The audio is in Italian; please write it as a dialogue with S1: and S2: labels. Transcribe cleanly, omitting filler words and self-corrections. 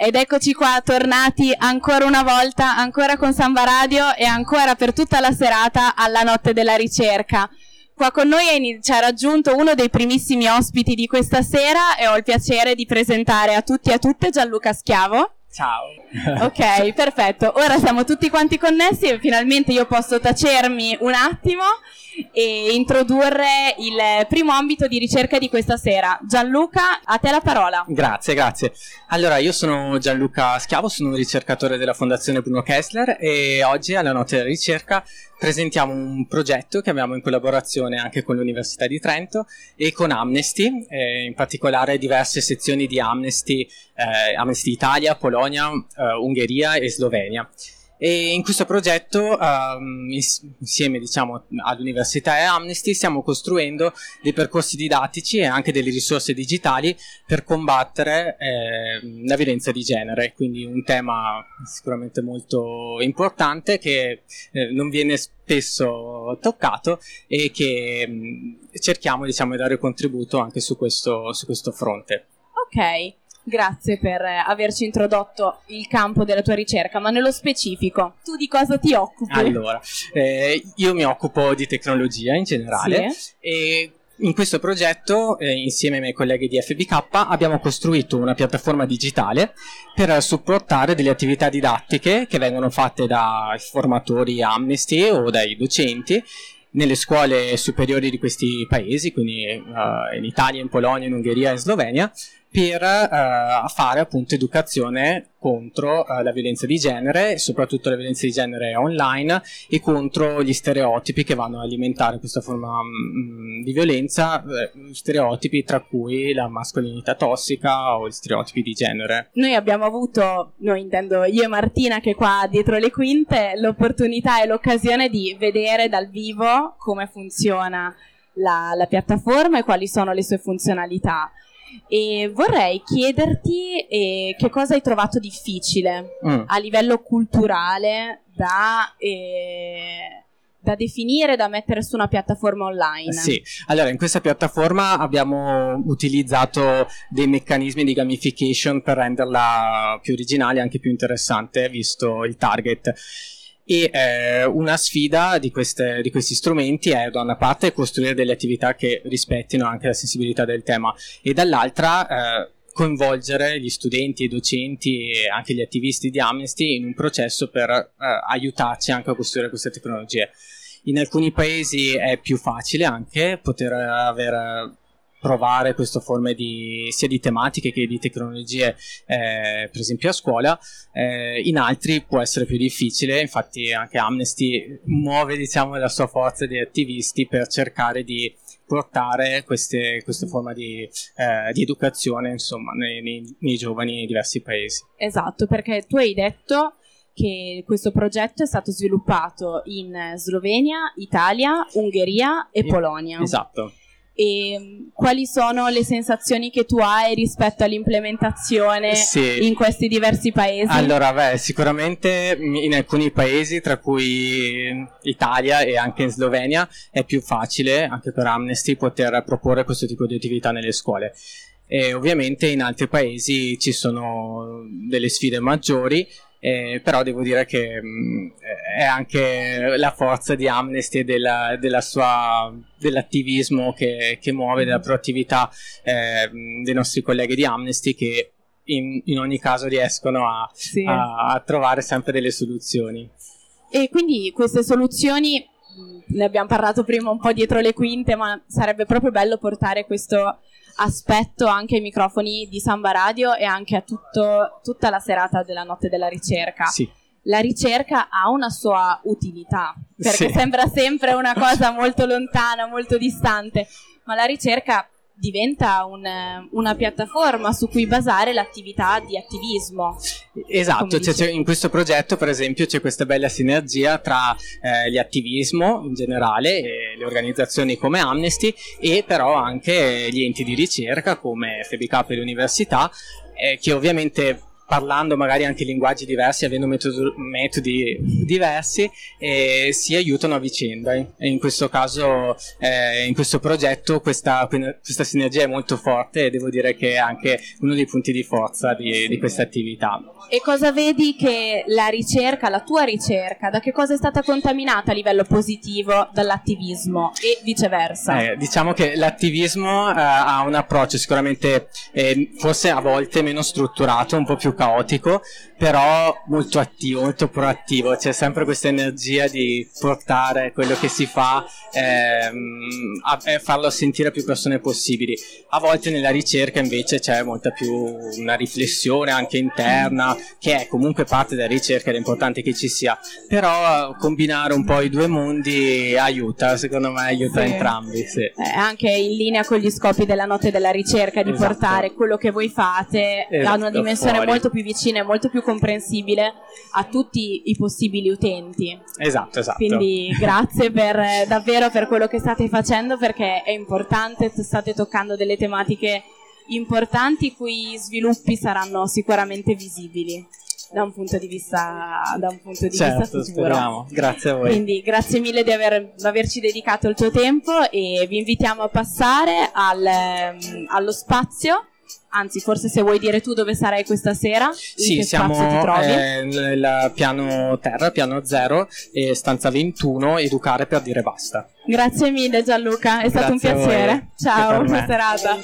S1: Ed eccoci qua, tornati ancora una volta, ancora con Samba Radio e ancora per tutta la serata alla Notte della Ricerca. Qua con noi ci ha raggiunto uno dei primissimi ospiti di questa sera e ho il piacere di presentare a tutti e a tutte Gianluca Schiavo.
S2: Ciao.
S1: Ok, perfetto. Ora siamo tutti quanti connessi e finalmente io posso tacermi un attimo e introdurre il primo ambito di ricerca di questa sera. Gianluca, a te la parola.
S2: Grazie. Allora, io sono Gianluca Schiavo, sono un ricercatore della Fondazione Bruno Kessler e oggi alla Notte della Ricerca presentiamo un progetto che abbiamo in collaborazione anche con l'Università di Trento e con Amnesty, in particolare diverse sezioni di Amnesty, Amnesty Italia, Polonia, Ungheria e Slovenia. E in questo progetto, insieme all'Università e Amnesty, stiamo costruendo dei percorsi didattici e anche delle risorse digitali per combattere la violenza di genere, quindi un tema sicuramente molto importante che non viene spesso toccato e che cerchiamo di dare contributo anche su questo fronte.
S1: Ok. Grazie per averci introdotto il campo della tua ricerca, ma nello specifico, tu di cosa ti occupi?
S2: Allora, io mi occupo di tecnologia in generale, sì. E in questo progetto, insieme ai miei colleghi di FBK, abbiamo costruito una piattaforma digitale per supportare delle attività didattiche che vengono fatte dai formatori Amnesty o dai docenti nelle scuole superiori di questi paesi, quindi in Italia, in Polonia, in Ungheria e in Slovenia, per fare appunto educazione contro la violenza di genere, soprattutto la violenza di genere online e contro gli stereotipi che vanno ad alimentare questa forma di violenza, stereotipi tra cui la mascolinità tossica o gli stereotipi di genere.
S1: Noi abbiamo avuto, intendo io e Martina che è qua dietro le quinte, l'opportunità e l'occasione di vedere dal vivo come funziona la piattaforma e quali sono le sue funzionalità. E vorrei chiederti che cosa hai trovato difficile a livello culturale da definire, da mettere su una piattaforma online.
S2: Sì, allora in questa piattaforma abbiamo utilizzato dei meccanismi di gamification per renderla più originale e anche più interessante, visto il target. E una sfida di questi strumenti è da una parte costruire delle attività che rispettino anche la sensibilità del tema e dall'altra coinvolgere gli studenti, i docenti e anche gli attivisti di Amnesty in un processo per aiutarci anche a costruire queste tecnologie. In alcuni paesi è più facile anche poter provare queste forme sia di tematiche che di tecnologie, per esempio a scuola, in altri può essere più difficile, infatti anche Amnesty muove la sua forza di attivisti per cercare di portare queste forme di educazione insomma nei giovani in diversi paesi.
S1: Esatto, perché tu hai detto che questo progetto è stato sviluppato in Slovenia, Italia, Ungheria e Polonia.
S2: Esatto.
S1: E quali sono le sensazioni che tu hai rispetto all'implementazione in questi diversi paesi?
S2: Allora, sicuramente in alcuni paesi, tra cui Italia e anche in Slovenia, è più facile anche per Amnesty poter proporre questo tipo di attività nelle scuole. E ovviamente in altri paesi ci sono delle sfide maggiori. Però devo dire che è anche la forza di Amnesty e dell'attivismo che muove, della proattività dei nostri colleghi di Amnesty che in ogni caso riescono a trovare sempre delle soluzioni.
S1: E quindi queste soluzioni, ne abbiamo parlato prima un po' dietro le quinte, ma sarebbe proprio bello portare questo aspetto anche ai microfoni di Samba Radio e anche a tutta la serata della Notte della Ricerca.
S2: Sì.
S1: La ricerca ha una sua utilità, perché sembra sempre una cosa molto lontana, molto distante, ma la ricerca diventa una piattaforma su cui basare l'attività di attivismo.
S2: Esatto, in questo progetto per esempio c'è questa bella sinergia tra l'attivismo in generale, le organizzazioni come Amnesty e però anche gli enti di ricerca come FBK e l'università, che ovviamente parlando magari anche linguaggi diversi, avendo metodi diversi, si aiutano a vicenda. E in questo caso, in questo progetto, questa sinergia è molto forte, e devo dire che è anche uno dei punti di forza di questa attività.
S1: E cosa vedi che la tua ricerca, da che cosa è stata contaminata a livello positivo dall'attivismo e viceversa?
S2: Diciamo che l'attivismo ha un approccio sicuramente forse a volte meno strutturato, un po' più caotico, però molto attivo, molto proattivo. C'è sempre questa energia di portare quello che si fa a farlo sentire a più persone possibili. A volte nella ricerca invece c'è molta più una riflessione anche interna, che è comunque parte della ricerca ed è importante che ci sia, però combinare un po' i due mondi aiuta, secondo me aiuta entrambi. Sì.
S1: Anche in linea con gli scopi della notte della ricerca, di portare quello che voi fate a una dimensione molto più vicina e molto più comprensibile a tutti i possibili utenti.
S2: Esatto.
S1: Quindi grazie davvero per quello che state facendo, perché è importante, state toccando delle tematiche importanti, i cui sviluppi saranno sicuramente visibili da un punto di vista futuro.
S2: Speriamo. Grazie a voi.
S1: Quindi grazie mille di averci dedicato il tuo tempo, e vi invitiamo a passare allo spazio. Anzi, forse se vuoi dire tu dove sarai questa sera, in che
S2: siamo
S1: spazio ti trovi?
S2: Nel piano terra, piano 0, stanza 21, educare per dire basta.
S1: Grazie mille Gianluca, è stato un piacere. Ciao, buona serata.